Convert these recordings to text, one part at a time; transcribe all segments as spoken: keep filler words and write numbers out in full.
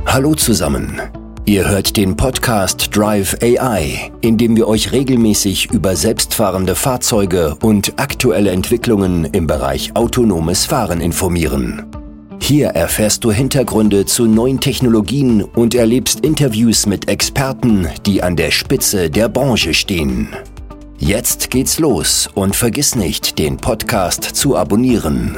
Hallo zusammen. Ihr hört den Podcast Drive A I, in dem wir euch regelmäßig über selbstfahrende Fahrzeuge und aktuelle Entwicklungen im Bereich autonomes Fahren informieren. Hier erfährst du Hintergründe zu neuen Technologien und erlebst Interviews mit Experten, die an der Spitze der Branche stehen. Jetzt geht's los und vergiss nicht, den Podcast zu abonnieren.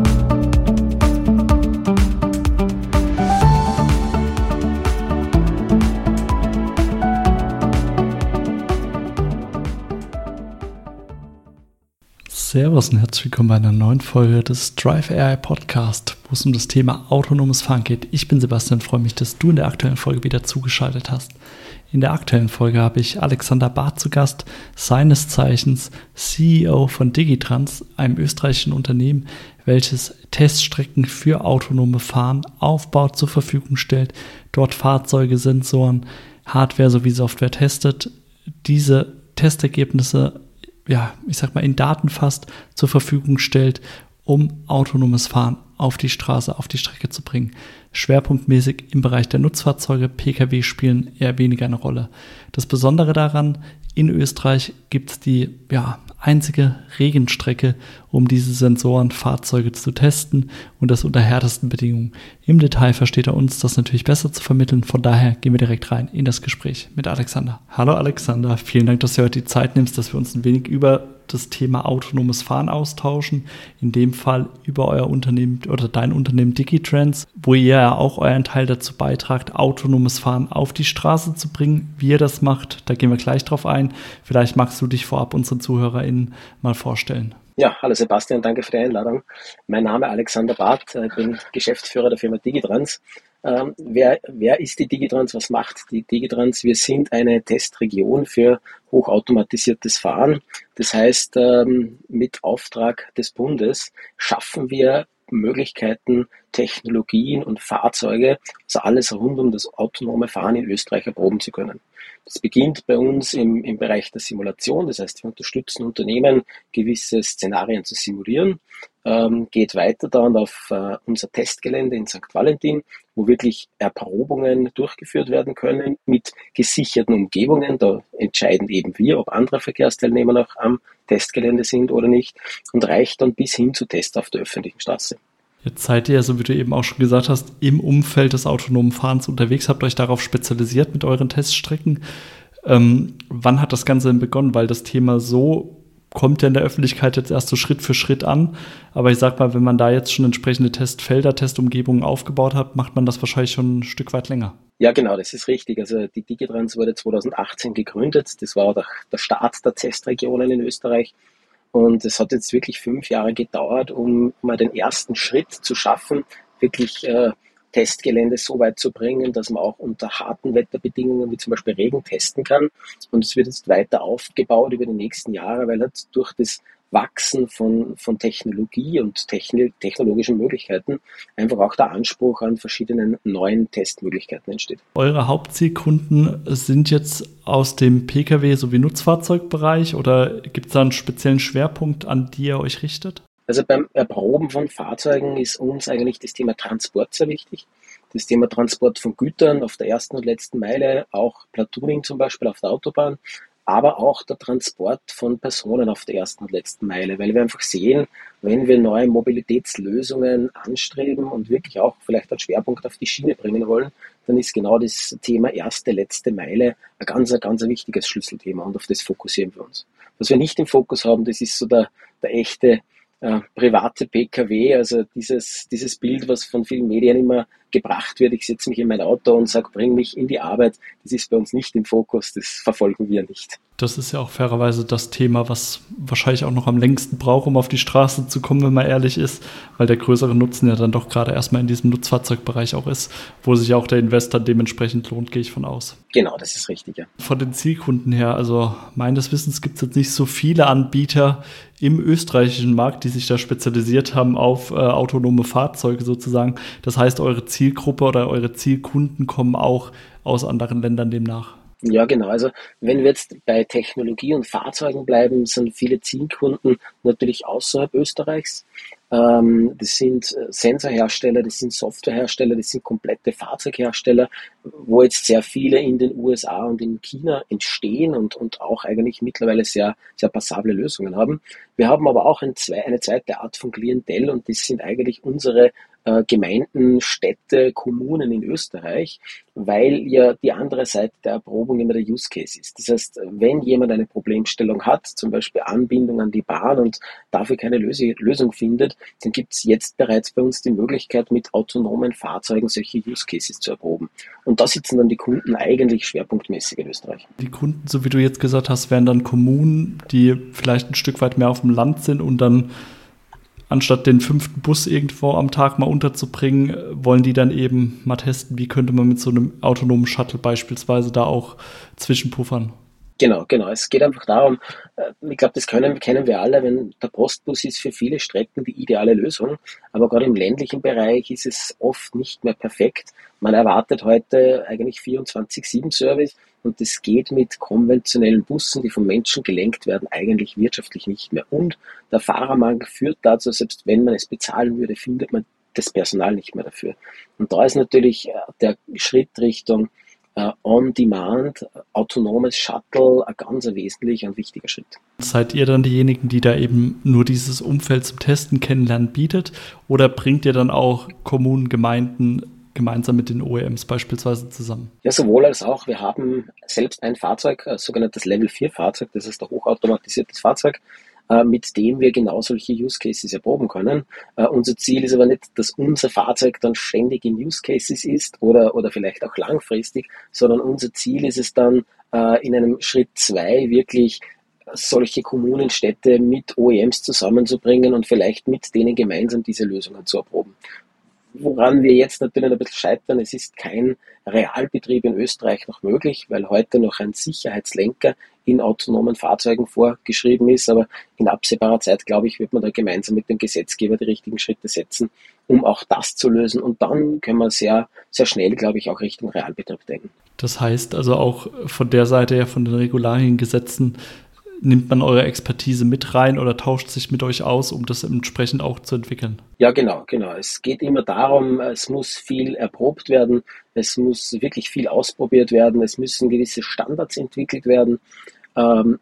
Servus und herzlich willkommen bei einer neuen Folge des Drive A I Podcast, wo es um das Thema autonomes Fahren geht. Ich bin Sebastian, freue mich, dass du in der aktuellen Folge wieder zugeschaltet hast. In der aktuellen Folge habe ich Alexander Barth zu Gast, seines Zeichens C E O von Digitrans, einem österreichischen Unternehmen, welches Teststrecken für autonome Fahren aufbaut, zur Verfügung stellt, dort Fahrzeuge, Sensoren, Hardware sowie Software testet, diese Testergebnisse ja, ich sag mal, in Daten fasst, zur Verfügung stellt, um autonomes Fahren auf die Straße, auf die Strecke zu bringen. Schwerpunktmäßig im Bereich der Nutzfahrzeuge, Pkw spielen eher weniger eine Rolle. Das Besondere daran, in Österreich gibt es die ja, einzige Regenstrecke, um diese Sensoren, Fahrzeuge zu testen und das unter härtesten Bedingungen. Im Detail versteht er uns, das natürlich besser zu vermitteln. Von daher gehen wir direkt rein in das Gespräch mit Alexander. Hallo Alexander, vielen Dank, dass du heute die Zeit nimmst, dass wir uns ein wenig über das Thema autonomes Fahren austauschen. In dem Fall über euer Unternehmen oder dein Unternehmen Digitrans, wo ihr ja auch euren Teil dazu beitragt, autonomes Fahren auf die Straße zu bringen. Wie ihr das macht, da gehen wir gleich drauf ein. Vielleicht magst du dich vorab unseren ZuhörerInnen mal vorstellen. Ja, hallo Sebastian, danke für die Einladung. Mein Name ist Alexander Barth, ich bin Geschäftsführer der Firma Digitrans. Ähm, wer, wer ist die Digitrans? Was macht die Digitrans? Wir sind eine Testregion für hochautomatisiertes Fahren. Das heißt, ähm, mit Auftrag des Bundes schaffen wir Möglichkeiten, Technologien und Fahrzeuge, also alles rund um das autonome Fahren in Österreich erproben zu können. Das beginnt bei uns im, im Bereich der Simulation, das heißt, wir unterstützen Unternehmen, gewisse Szenarien zu simulieren, ähm, geht weiter dann auf äh, unser Testgelände in Sankt Valentin, wo wirklich Erprobungen durchgeführt werden können mit gesicherten Umgebungen. Da entscheiden eben wir, ob andere Verkehrsteilnehmer noch am Testgelände sind oder nicht, und reicht dann bis hin zu Tests auf der öffentlichen Straße. Jetzt seid ihr, so wie du eben auch schon gesagt hast, im Umfeld des autonomen Fahrens unterwegs, habt euch darauf spezialisiert mit euren Teststrecken. Ähm, wann hat das Ganze denn begonnen? Weil das Thema so kommt ja in der Öffentlichkeit jetzt erst so Schritt für Schritt an. Aber ich sag mal, wenn man da jetzt schon entsprechende Testfelder, Testumgebungen aufgebaut hat, macht man das wahrscheinlich schon ein Stück weit länger. Ja, genau, das ist richtig. Also die Digitrans wurde zweitausendachtzehn gegründet. Das war der, der Start der Testregionen in Österreich. Und es hat jetzt wirklich fünf Jahre gedauert, um mal den ersten Schritt zu schaffen, wirklich äh, Testgelände so weit zu bringen, dass man auch unter harten Wetterbedingungen wie zum Beispiel Regen testen kann. Und es wird jetzt weiter aufgebaut über die nächsten Jahre, weil halt durch das Wachsen von, von Technologie und techn- technologischen Möglichkeiten einfach auch der Anspruch an verschiedenen neuen Testmöglichkeiten entsteht. Eure Hauptzielkunden sind jetzt aus dem Pkw- sowie Nutzfahrzeugbereich oder gibt es da einen speziellen Schwerpunkt, an die ihr euch richtet? Also beim Erproben von Fahrzeugen ist uns eigentlich das Thema Transport sehr wichtig. Das Thema Transport von Gütern auf der ersten und letzten Meile, auch Platooning zum Beispiel auf der Autobahn, aber auch der Transport von Personen auf der ersten und letzten Meile, weil wir einfach sehen, wenn wir neue Mobilitätslösungen anstreben und wirklich auch vielleicht einen Schwerpunkt auf die Schiene bringen wollen, dann ist genau das Thema erste, letzte Meile ein ganz, ein ganz wichtiges Schlüsselthema und auf das fokussieren wir uns. Was wir nicht im Fokus haben, das ist so der, der echte äh, private Pkw, also dieses, dieses Bild, was von vielen Medien immer gebracht wird, ich setze mich in mein Auto und sage, bring mich in die Arbeit, das ist bei uns nicht im Fokus, das verfolgen wir nicht. Das ist ja auch fairerweise das Thema, was wahrscheinlich auch noch am längsten braucht, um auf die Straße zu kommen, wenn man ehrlich ist, weil der größere Nutzen ja dann doch gerade erstmal in diesem Nutzfahrzeugbereich auch ist, wo sich auch der Investor dementsprechend lohnt, gehe ich von aus. Genau, das ist richtig, ja. Von den Zielkunden her, also meines Wissens gibt es jetzt nicht so viele Anbieter im österreichischen Markt, die sich da spezialisiert haben auf äh, autonome Fahrzeuge sozusagen. Das heißt, eure Zielgruppe oder eure Zielkunden kommen auch aus anderen Ländern demnach. Ja, genau. Also wenn wir jetzt bei Technologie und Fahrzeugen bleiben, sind viele Zielkunden natürlich außerhalb Österreichs. Ähm, das sind äh, Sensorhersteller, das sind Softwarehersteller, das sind komplette Fahrzeughersteller, wo jetzt sehr viele in den U S A und in China entstehen und, und auch eigentlich mittlerweile sehr, sehr passable Lösungen haben. Wir haben aber auch ein, zwei, eine zweite Art von Klientel, und das sind eigentlich unsere äh, Gemeinden, Städte, Kommunen in Österreich, weil ja die andere Seite der Erprobung immer der Use Case ist. Das heißt, wenn jemand eine Problemstellung hat, zum Beispiel Anbindung an die Bahn, und dafür keine Löse, Lösung findet, dann gibt es jetzt bereits bei uns die Möglichkeit, mit autonomen Fahrzeugen solche Use Cases zu erproben. Und da sitzen dann die Kunden eigentlich schwerpunktmäßig in Österreich. Die Kunden, so wie du jetzt gesagt hast, wären dann Kommunen, die vielleicht ein Stück weit mehr auf dem Land sind und dann anstatt den fünften Bus irgendwo am Tag mal unterzubringen, wollen die dann eben mal testen, wie könnte man mit so einem autonomen Shuttle beispielsweise da auch zwischenpuffern. Genau, genau. Es geht einfach darum, ich glaube, das können, kennen wir alle, wenn der Postbus ist für viele Strecken die ideale Lösung, aber gerade im ländlichen Bereich ist es oft nicht mehr perfekt. Man erwartet heute eigentlich vierundzwanzig sieben Service, und das geht mit konventionellen Bussen, die von Menschen gelenkt werden, eigentlich wirtschaftlich nicht mehr. Und der Fahrermangel führt dazu, selbst wenn man es bezahlen würde, findet man das Personal nicht mehr dafür. Und da ist natürlich der Schritt Richtung Uh, On-Demand, autonomes Shuttle, ein ganz wesentlicher und wichtiger Schritt. Seid ihr dann diejenigen, die da eben nur dieses Umfeld zum Testen kennenlernen bietet, oder bringt ihr dann auch Kommunen, Gemeinden gemeinsam mit den O E Ms beispielsweise zusammen? Ja, sowohl als auch. Wir haben selbst ein Fahrzeug, ein sogenanntes Level vier Fahrzeug, das ist ein hochautomatisiertes Fahrzeug, mit dem wir genau solche Use Cases erproben können. Uh, unser Ziel ist aber nicht, dass unser Fahrzeug dann ständig in Use Cases ist oder, oder vielleicht auch langfristig, sondern unser Ziel ist es dann, uh, in einem Schritt zwei wirklich solche Kommunen, Städte mit O E Ms zusammenzubringen und vielleicht mit denen gemeinsam diese Lösungen zu erproben. Woran wir jetzt natürlich ein bisschen scheitern, es ist kein Realbetrieb in Österreich noch möglich, weil heute noch ein Sicherheitslenker in autonomen Fahrzeugen vorgeschrieben ist, aber in absehbarer Zeit, glaube ich, wird man da gemeinsam mit dem Gesetzgeber die richtigen Schritte setzen, um auch das zu lösen, und dann können wir sehr, sehr schnell, glaube ich, auch Richtung Realbetrieb denken. Das heißt also auch von der Seite her, von den Regularien, Gesetzen, nimmt man eure Expertise mit rein oder tauscht sich mit euch aus, um das entsprechend auch zu entwickeln? Ja, genau, genau. Es geht immer darum, es muss viel erprobt werden, es muss wirklich viel ausprobiert werden, es müssen gewisse Standards entwickelt werden, ähm,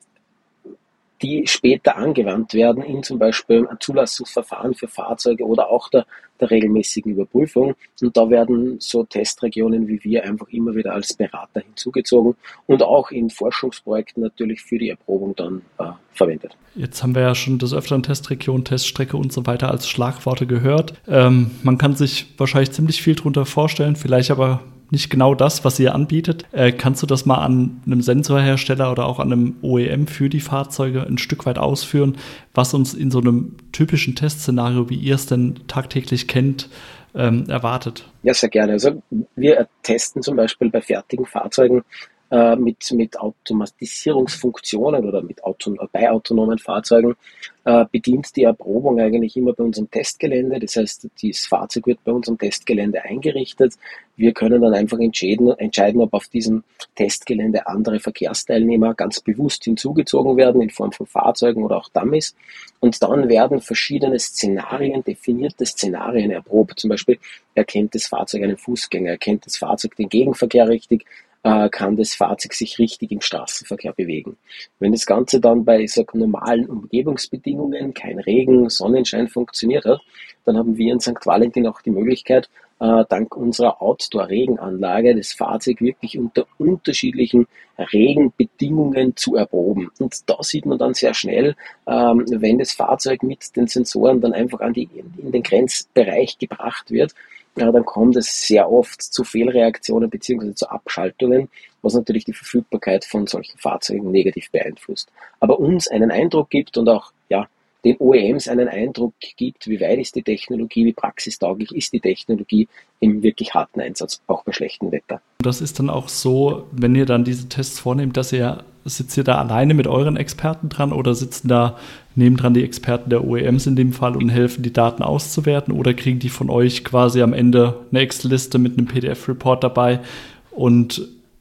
die später angewandt werden in zum Beispiel ein Zulassungsverfahren für Fahrzeuge oder auch der, der regelmäßigen Überprüfung. Und da werden so Testregionen wie wir einfach immer wieder als Berater hinzugezogen und auch in Forschungsprojekten natürlich für die Erprobung dann äh, verwendet. Jetzt haben wir ja schon des Öfteren Testregion, Teststrecke und so weiter als Schlagworte gehört. Ähm, man kann sich wahrscheinlich ziemlich viel darunter vorstellen, vielleicht aber nicht genau das, was ihr anbietet. Äh, kannst du das mal an einem Sensorhersteller oder auch an einem O E M für die Fahrzeuge ein Stück weit ausführen, was uns in so einem typischen Testszenario, wie ihr es denn tagtäglich kennt, ähm, erwartet? Ja, sehr gerne. Also wir testen zum Beispiel bei fertigen Fahrzeugen äh, mit, mit Automatisierungsfunktionen oder mit Auto, bei autonomen Fahrzeugen äh, bedient die Erprobung eigentlich immer bei unserem Testgelände. Das heißt, das Fahrzeug wird bei unserem Testgelände eingerichtet. Wir können dann einfach entscheiden, entscheiden, ob auf diesem Testgelände andere Verkehrsteilnehmer ganz bewusst hinzugezogen werden in Form von Fahrzeugen oder auch Dummies. Und dann werden verschiedene Szenarien, definierte Szenarien erprobt. Zum Beispiel erkennt das Fahrzeug einen Fußgänger, erkennt das Fahrzeug den Gegenverkehr richtig, kann das Fahrzeug sich richtig im Straßenverkehr bewegen. Wenn das Ganze dann bei ich sag, normalen Umgebungsbedingungen, kein Regen, Sonnenschein funktioniert hat, dann haben wir in Sankt Valentin auch die Möglichkeit, äh, dank unserer Outdoor-Regenanlage das Fahrzeug wirklich unter unterschiedlichen Regenbedingungen zu erproben. Und da sieht man dann sehr schnell, ähm, wenn das Fahrzeug mit den Sensoren dann einfach an die, in den Grenzbereich gebracht wird, ja, dann kommt es sehr oft zu Fehlreaktionen bzw. zu Abschaltungen, was natürlich die Verfügbarkeit von solchen Fahrzeugen negativ beeinflusst. Aber uns einen Eindruck gibt und auch ja, den O E Ms einen Eindruck gibt, wie weit ist die Technologie, wie praxistauglich ist die Technologie im wirklich harten Einsatz, auch bei schlechtem Wetter. Das ist dann auch so, wenn ihr dann diese Tests vornehmt, dass ihr, sitzt ihr da alleine mit euren Experten dran oder sitzen da nebendran die Experten der O E Ms in dem Fall und helfen, die Daten auszuwerten, oder kriegen die von euch quasi am Ende eine Excel-Liste mit einem P D F-Report dabei und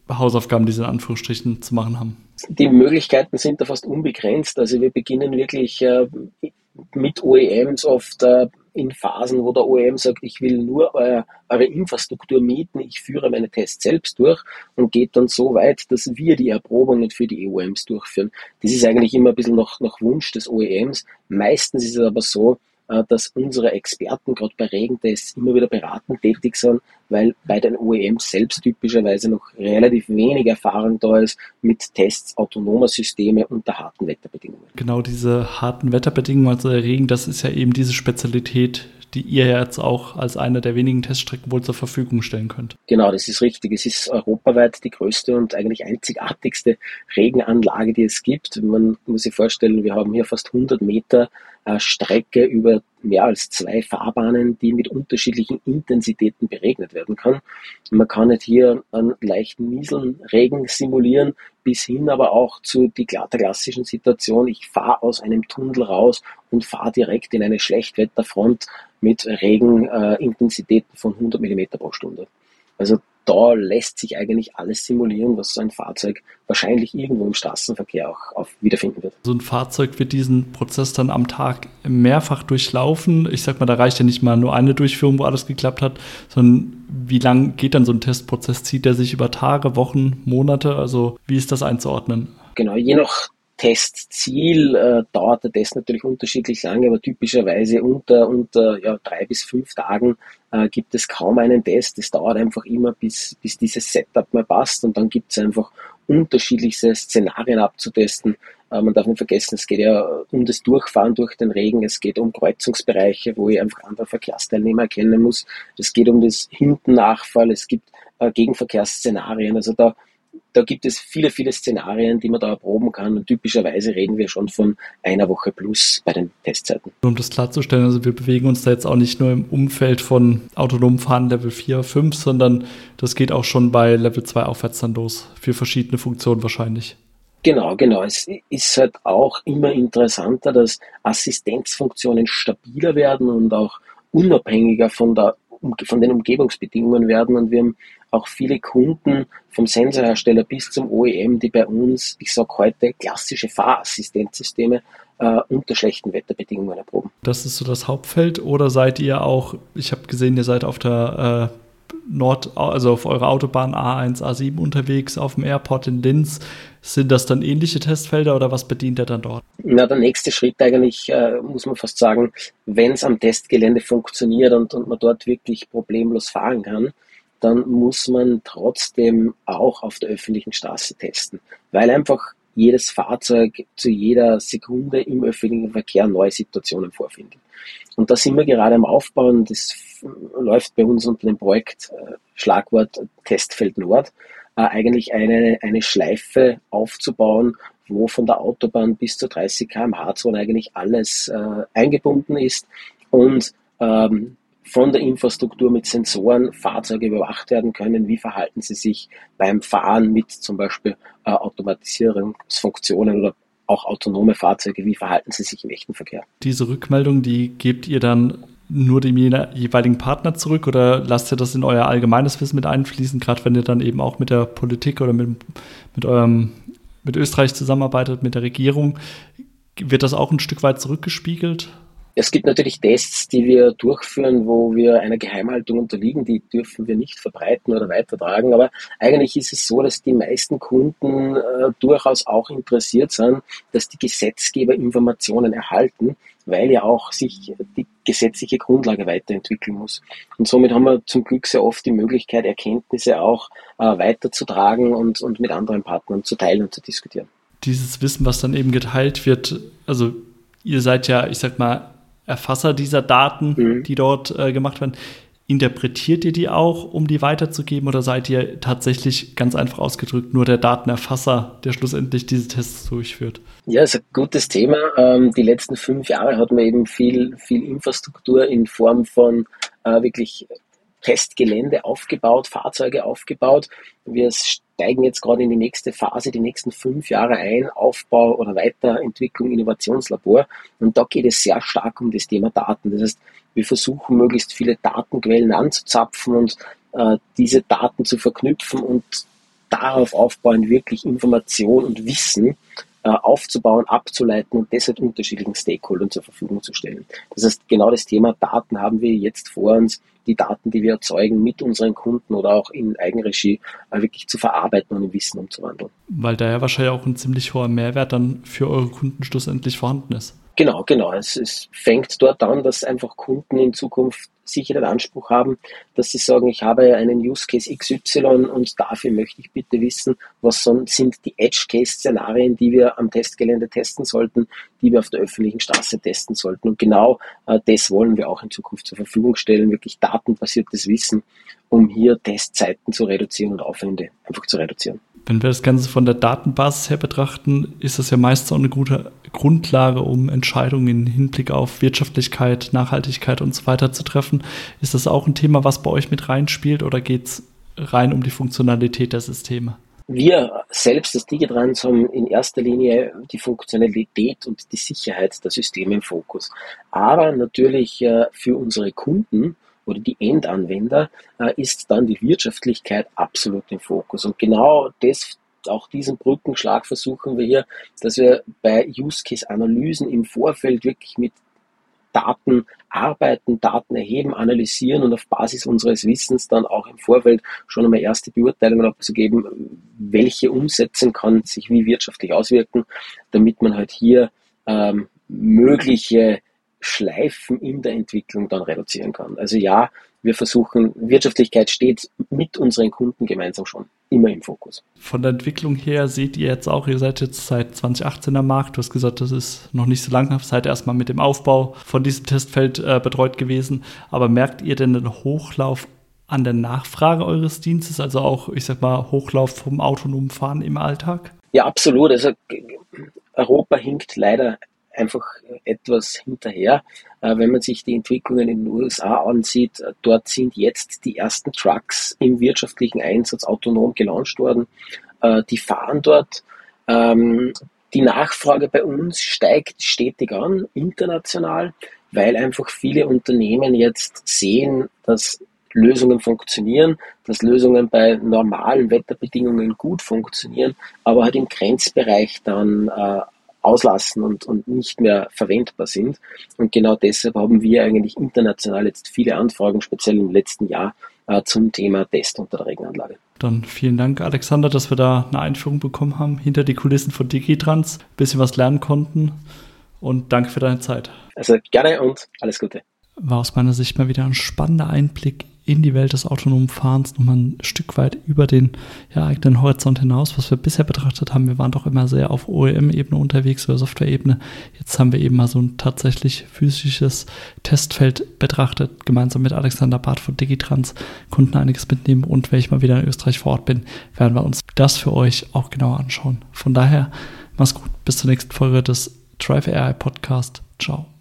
Hausaufgaben, die sie in Anführungsstrichen zu machen haben? Die Möglichkeiten sind da fast unbegrenzt. Also wir beginnen wirklich äh, mit O E Ms oft äh, in Phasen, wo der O E M sagt, ich will nur euer, eure Infrastruktur mieten, ich führe meine Tests selbst durch und geht dann so weit, dass wir die Erprobungen für die O E Ms durchführen. Das ist eigentlich immer ein bisschen nach, nach Wunsch des O E Ms. Meistens ist es aber so, dass unsere Experten gerade bei Regentests immer wieder beratend tätig sind, weil bei den O E Ms selbst typischerweise noch relativ wenig Erfahrung da ist mit Tests autonomer Systeme unter harten Wetterbedingungen. Genau, diese harten Wetterbedingungen, also der Regen, das ist ja eben diese Spezialität, die ihr jetzt auch als eine der wenigen Teststrecken wohl zur Verfügung stellen könnt. Genau, das ist richtig. Es ist europaweit die größte und eigentlich einzigartigste Regenanlage, die es gibt. Man muss sich vorstellen, wir haben hier fast hundert Meter äh, Strecke über mehr als zwei Fahrbahnen, die mit unterschiedlichen Intensitäten beregnet werden kann. Man kann nicht hier einen leichten Nieselregen simulieren, bis hin aber auch zu die, der klassischen Situation, ich fahre aus einem Tunnel raus und fahre direkt in eine Schlechtwetterfront mit Regenintensitäten äh, von hundert Millimeter pro Stunde. Also da lässt sich eigentlich alles simulieren, was so ein Fahrzeug wahrscheinlich irgendwo im Straßenverkehr auch auf wiederfinden wird. So ein Fahrzeug wird diesen Prozess dann am Tag mehrfach durchlaufen. Ich sag mal, da reicht ja nicht mal nur eine Durchführung, wo alles geklappt hat, sondern wie lang geht dann so ein Testprozess? Zieht der sich über Tage, Wochen, Monate? Also wie ist das einzuordnen? Genau, je nach Testziel äh, dauert der Test natürlich unterschiedlich lange, aber typischerweise unter, unter ja, drei bis fünf Tagen äh, gibt es kaum einen Test. Es dauert einfach immer, bis, bis dieses Setup mal passt und dann gibt es einfach unterschiedlichste Szenarien abzutesten. Äh, man darf nicht vergessen, es geht ja um das Durchfahren durch den Regen, es geht um Kreuzungsbereiche, wo ich einfach andere Verkehrsteilnehmer erkennen muss, es geht um das Hintennachfall, es gibt äh, Gegenverkehrsszenarien, also da Da gibt es viele, viele Szenarien, die man da erproben kann und typischerweise reden wir schon von einer Woche plus bei den Testzeiten. Um das klarzustellen, also wir bewegen uns da jetzt auch nicht nur im Umfeld von autonomem Fahren Level vier, fünf, sondern das geht auch schon bei Level zwei aufwärts dann los, für verschiedene Funktionen wahrscheinlich. Genau, genau. Es ist halt auch immer interessanter, dass Assistenzfunktionen stabiler werden und auch unabhängiger von der von den Umgebungsbedingungen werden und wir haben auch viele Kunden vom Sensorhersteller bis zum O E M, die bei uns, ich sage heute, klassische Fahrassistenzsysteme äh, unter schlechten Wetterbedingungen erproben. Das ist so das Hauptfeld oder seid ihr auch, ich habe gesehen, ihr seid auf der äh, Nord, also auf eurer Autobahn A eins, A sieben unterwegs, auf dem Airport in Linz. Sind das dann ähnliche Testfelder oder was bedient ihr dann dort? Na, der nächste Schritt eigentlich, äh, muss man fast sagen, wenn es am Testgelände funktioniert und, und man dort wirklich problemlos fahren kann, dann muss man trotzdem auch auf der öffentlichen Straße testen, weil einfach jedes Fahrzeug zu jeder Sekunde im öffentlichen Verkehr neue Situationen vorfindet. Und da sind wir gerade am Aufbauen, das läuft bei uns unter dem Projekt äh, Schlagwort Testfeld Nord, äh, eigentlich eine, eine Schleife aufzubauen, wo von der Autobahn bis zur dreißig Kilometer pro Stunde Zone eigentlich alles äh, eingebunden ist und ähm, von der Infrastruktur mit Sensoren Fahrzeuge überwacht werden können, wie verhalten sie sich beim Fahren mit zum Beispiel äh, Automatisierungsfunktionen oder auch autonome Fahrzeuge, wie verhalten sie sich im echten Verkehr. Diese Rückmeldung, die gebt ihr dann nur dem jeweiligen Partner zurück oder lasst ihr das in euer allgemeines Wissen mit einfließen, gerade wenn ihr dann eben auch mit der Politik oder mit, mit eurem mit Österreich zusammenarbeitet, mit der Regierung, wird das auch ein Stück weit zurückgespiegelt? Es gibt natürlich Tests, die wir durchführen, wo wir einer Geheimhaltung unterliegen, die dürfen wir nicht verbreiten oder weitertragen, aber eigentlich ist es so, dass die meisten Kunden äh, durchaus auch interessiert sind, dass die Gesetzgeber Informationen erhalten, weil ja auch sich die gesetzliche Grundlage weiterentwickeln muss. Und somit haben wir zum Glück sehr oft die Möglichkeit, Erkenntnisse auch äh, weiterzutragen und, und mit anderen Partnern zu teilen und zu diskutieren. Dieses Wissen, was dann eben geteilt wird, also ihr seid ja, ich sag mal, Erfasser dieser Daten, mhm. die dort äh, gemacht werden. Interpretiert ihr die auch, um die weiterzugeben, oder seid ihr tatsächlich, ganz einfach ausgedrückt, nur der Datenerfasser, der schlussendlich diese Tests durchführt? Ja, ist ein gutes Thema. Ähm, die letzten fünf Jahre hat man eben viel, viel Infrastruktur in Form von äh, wirklich Testgelände aufgebaut, Fahrzeuge aufgebaut. Wir steigen jetzt gerade in die nächste Phase, die nächsten fünf Jahre ein, Aufbau oder Weiterentwicklung, Innovationslabor. Und da geht es sehr stark um das Thema Daten. Das heißt, wir versuchen, möglichst viele Datenquellen anzuzapfen und äh, diese Daten zu verknüpfen und darauf aufbauen, wirklich Information und Wissen äh, aufzubauen, abzuleiten und das halt unterschiedlichen Stakeholdern zur Verfügung zu stellen. Das heißt, genau das Thema Daten haben wir jetzt vor uns, die Daten, die wir erzeugen, mit unseren Kunden oder auch in Eigenregie äh, wirklich zu verarbeiten und in Wissen umzuwandeln. Weil da ja wahrscheinlich auch ein ziemlich hoher Mehrwert dann für eure Kunden schlussendlich vorhanden ist. Genau, genau. Es, es fängt dort an, dass einfach Kunden in Zukunft sicher den Anspruch haben, dass sie sagen, ich habe einen Use Case X Y und dafür möchte ich bitte wissen, was sind die Edge Case Szenarien, die wir am Testgelände testen sollten, die wir auf der öffentlichen Straße testen sollten. Und genau äh, das wollen wir auch in Zukunft zur Verfügung stellen, wirklich datenbasiertes Wissen, um hier Testzeiten zu reduzieren und Aufwände einfach zu reduzieren. Wenn wir das Ganze von der Datenbasis her betrachten, ist das ja meist auch eine gute Grundlage, um Entscheidungen im Hinblick auf Wirtschaftlichkeit, Nachhaltigkeit und so weiter zu treffen. Ist das auch ein Thema, was bei euch mit reinspielt, oder geht es rein um die Funktionalität der Systeme? Wir selbst als Digitrans haben in erster Linie die Funktionalität und die Sicherheit der Systeme im Fokus. Aber natürlich äh, für unsere Kunden oder die Endanwender äh, ist dann die Wirtschaftlichkeit absolut im Fokus. Und genau das, auch diesen Brückenschlag versuchen wir hier, dass wir bei Use-Case-Analysen im Vorfeld wirklich mit Daten arbeiten, Daten erheben, analysieren und auf Basis unseres Wissens dann auch im Vorfeld schon einmal erste Beurteilungen abzugeben, welche Umsetzung kann sich wie wirtschaftlich auswirken, damit man halt hier ähm, mögliche Schleifen in der Entwicklung dann reduzieren kann. Also ja, wir versuchen, Wirtschaftlichkeit steht mit unseren Kunden gemeinsam schon immer im Fokus. Von der Entwicklung her seht ihr jetzt auch, ihr seid jetzt seit zwanzig achtzehn am Markt, du hast gesagt, das ist noch nicht so lange, seid erstmal mit dem Aufbau von diesem Testfeld äh, betreut gewesen, aber merkt ihr denn einen Hochlauf an der Nachfrage eures Dienstes, also auch, ich sag mal, Hochlauf vom autonomen Fahren im Alltag? Ja, absolut. Also Europa hinkt leider einfach etwas hinterher. Äh, wenn man sich die Entwicklungen in den U S A ansieht, äh, dort sind jetzt die ersten Trucks im wirtschaftlichen Einsatz autonom gelauncht worden. Äh, die fahren dort. Ähm, die Nachfrage bei uns steigt stetig an, international, weil einfach viele Unternehmen jetzt sehen, dass Lösungen funktionieren, dass Lösungen bei normalen Wetterbedingungen gut funktionieren, aber halt im Grenzbereich dann äh, auslassen und, und nicht mehr verwendbar sind. Und genau deshalb haben wir eigentlich international jetzt viele Anfragen, speziell im letzten Jahr, äh, zum Thema Test unter der Regenanlage. Dann vielen Dank, Alexander, dass wir da eine Einführung bekommen haben, hinter die Kulissen von Digitrans, ein bisschen was lernen konnten, und danke für deine Zeit. Also gerne und alles Gute. War aus meiner Sicht mal wieder ein spannender Einblick in die Welt des autonomen Fahrens, nochmal ein Stück weit über den ja, eigenen Horizont hinaus, was wir bisher betrachtet haben. Wir waren doch immer sehr auf O E M-Ebene unterwegs oder Software-Ebene. Jetzt haben wir eben mal so ein tatsächlich physisches Testfeld betrachtet, gemeinsam mit Alexander Barth von Digitrans, konnten einiges mitnehmen, und wenn ich mal wieder in Österreich vor Ort bin, werden wir uns das für euch auch genauer anschauen. Von daher, mach's gut, bis zur nächsten Folge des Drive A I Podcast. Ciao.